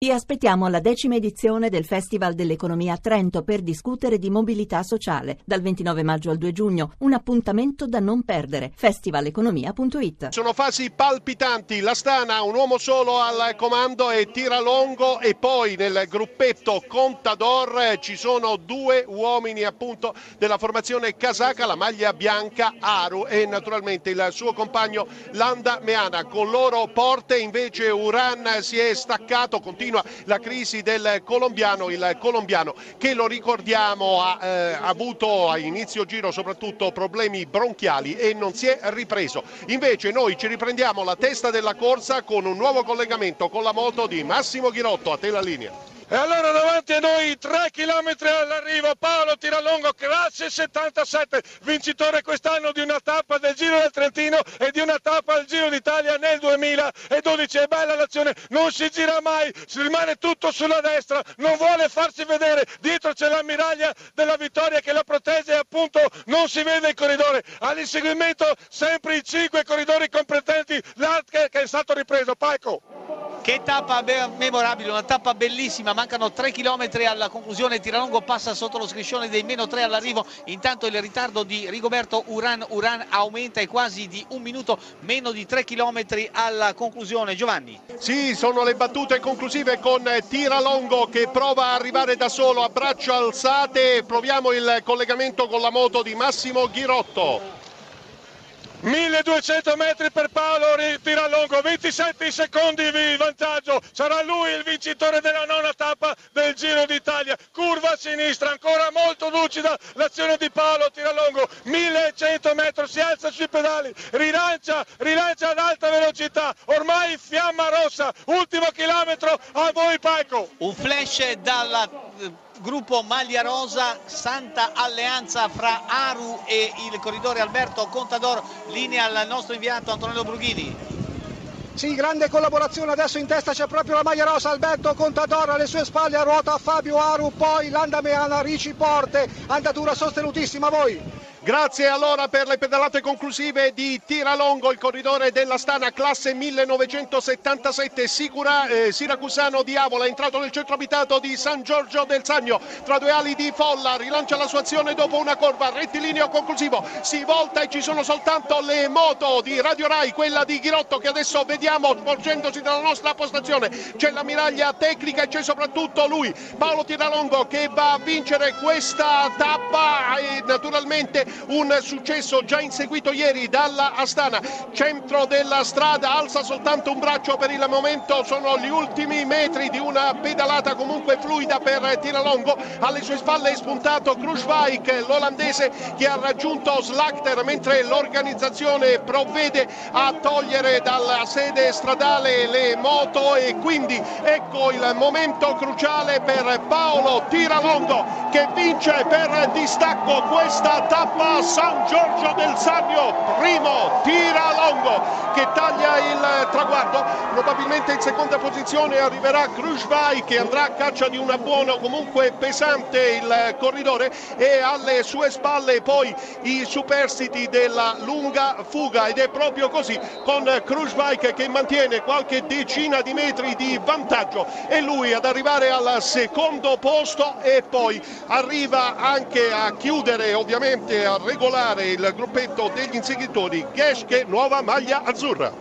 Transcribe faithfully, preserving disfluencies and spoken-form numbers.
Vi aspettiamo alla decima edizione del Festival dell'Economia a Trento per discutere di mobilità sociale. Dal ventinove maggio al due giugno, un appuntamento da non perdere. festivaleconomia punto it. Sono fasi palpitanti, l'Astana, un uomo solo al comando e Tiralongo, e poi nel gruppetto Contador ci sono due uomini appunto della formazione kazaka, la maglia bianca Aru e naturalmente il suo compagno Landa Meana. Con loro porte invece Uran si è staccato, continua la crisi del colombiano, il colombiano che lo ricordiamo ha eh, avuto a inizio giro soprattutto problemi bronchiali e non si è ripreso. Invece noi ci riprendiamo la testa della corsa con un nuovo collegamento con la moto di Massimo Ghirotto. A te la linea. E allora davanti a noi tre chilometri all'arrivo Paolo Tiralongo, classe settantasette, vincitore quest'anno di una tappa del Giro del Trentino e di una tappa al Giro d'Italia nel duemiladodici. È bella l'azione, non si gira mai, si rimane tutto sulla destra, non vuole farsi vedere, dietro c'è l'ammiraglia della vittoria che la protegge e appunto non si vede il corridore. All'inseguimento sempre i cinque corridori competenti, l'Art che è stato ripreso. Paico. Che tappa memorabile, una tappa bellissima, mancano tre chilometri alla conclusione, Tiralongo passa sotto lo striscione dei meno tre all'arrivo, intanto il ritardo di Rigoberto Uran Uran aumenta e quasi di un minuto, meno di tre chilometri alla conclusione. Giovanni. Sì, sono le battute conclusive con Tiralongo che prova a arrivare da solo a braccia alzate. Proviamo il collegamento con la moto di Massimo Ghirotto. milleduecento metri per Paolo Tiralongo, ventisette secondi di vantaggio, sarà lui il vincitore della nona tappa del Giro d'Italia. Curva a sinistra, ancora molto lucida l'azione di Paolo Tiralongo, millecento metri, si alza sui pedali, rilancia, rilancia ad alta velocità, ormai fiamma rossa, ultimo chilometro, a voi Paico. Un flash dalla gruppo maglia rosa, santa alleanza fra Aru e il corridore Alberto Contador, linea al nostro inviato Antonello Brughini. Sì, grande collaborazione, adesso in testa c'è proprio la maglia rosa, Alberto Contador, alle sue spalle a ruota Fabio Aru, poi Landa Meana, Ricci Porte, andatura sostenutissima. A voi. Grazie allora per le pedalate conclusive di Tiralongo, il corridore dell'Astana, classe millenovecentosettantasette, sicura, eh, siracusano di Avola, è entrato nel centro abitato di San Giorgio del Sagno, tra due ali di folla, rilancia la sua azione dopo una curva, rettilineo conclusivo, si volta e ci sono soltanto le moto di Radio Rai, quella di Ghirotto che adesso vediamo sporgendosi dalla nostra postazione, c'è l'ammiraglia tecnica e c'è soprattutto lui, Paolo Tiralongo, che va a vincere questa tappa e naturalmente un successo già inseguito ieri dalla Astana. Centro della strada, alza soltanto un braccio per il momento, sono gli ultimi metri di una pedalata comunque fluida per Tiralongo. Alle sue spalle è spuntato Kruijswijk, l'olandese, che ha raggiunto Slagter, mentre l'organizzazione provvede a togliere dalla sede stradale le moto, e quindi ecco il momento cruciale per Paolo Tiralongo che vince per distacco questa tappa a San Giorgio del Sagno. Primo Tiralongo che taglia il traguardo, probabilmente in seconda posizione arriverà Kruijswijk che andrà a caccia di una buona, comunque pesante il corridore, e alle sue spalle poi i superstiti della lunga fuga, ed è proprio così con Kruijswijk che mantiene qualche decina di metri di vantaggio, e lui ad arrivare al secondo posto, e poi arriva anche a chiudere, ovviamente a regolare il gruppetto degli inseguitori, Geschke, nuova maglia azzurra.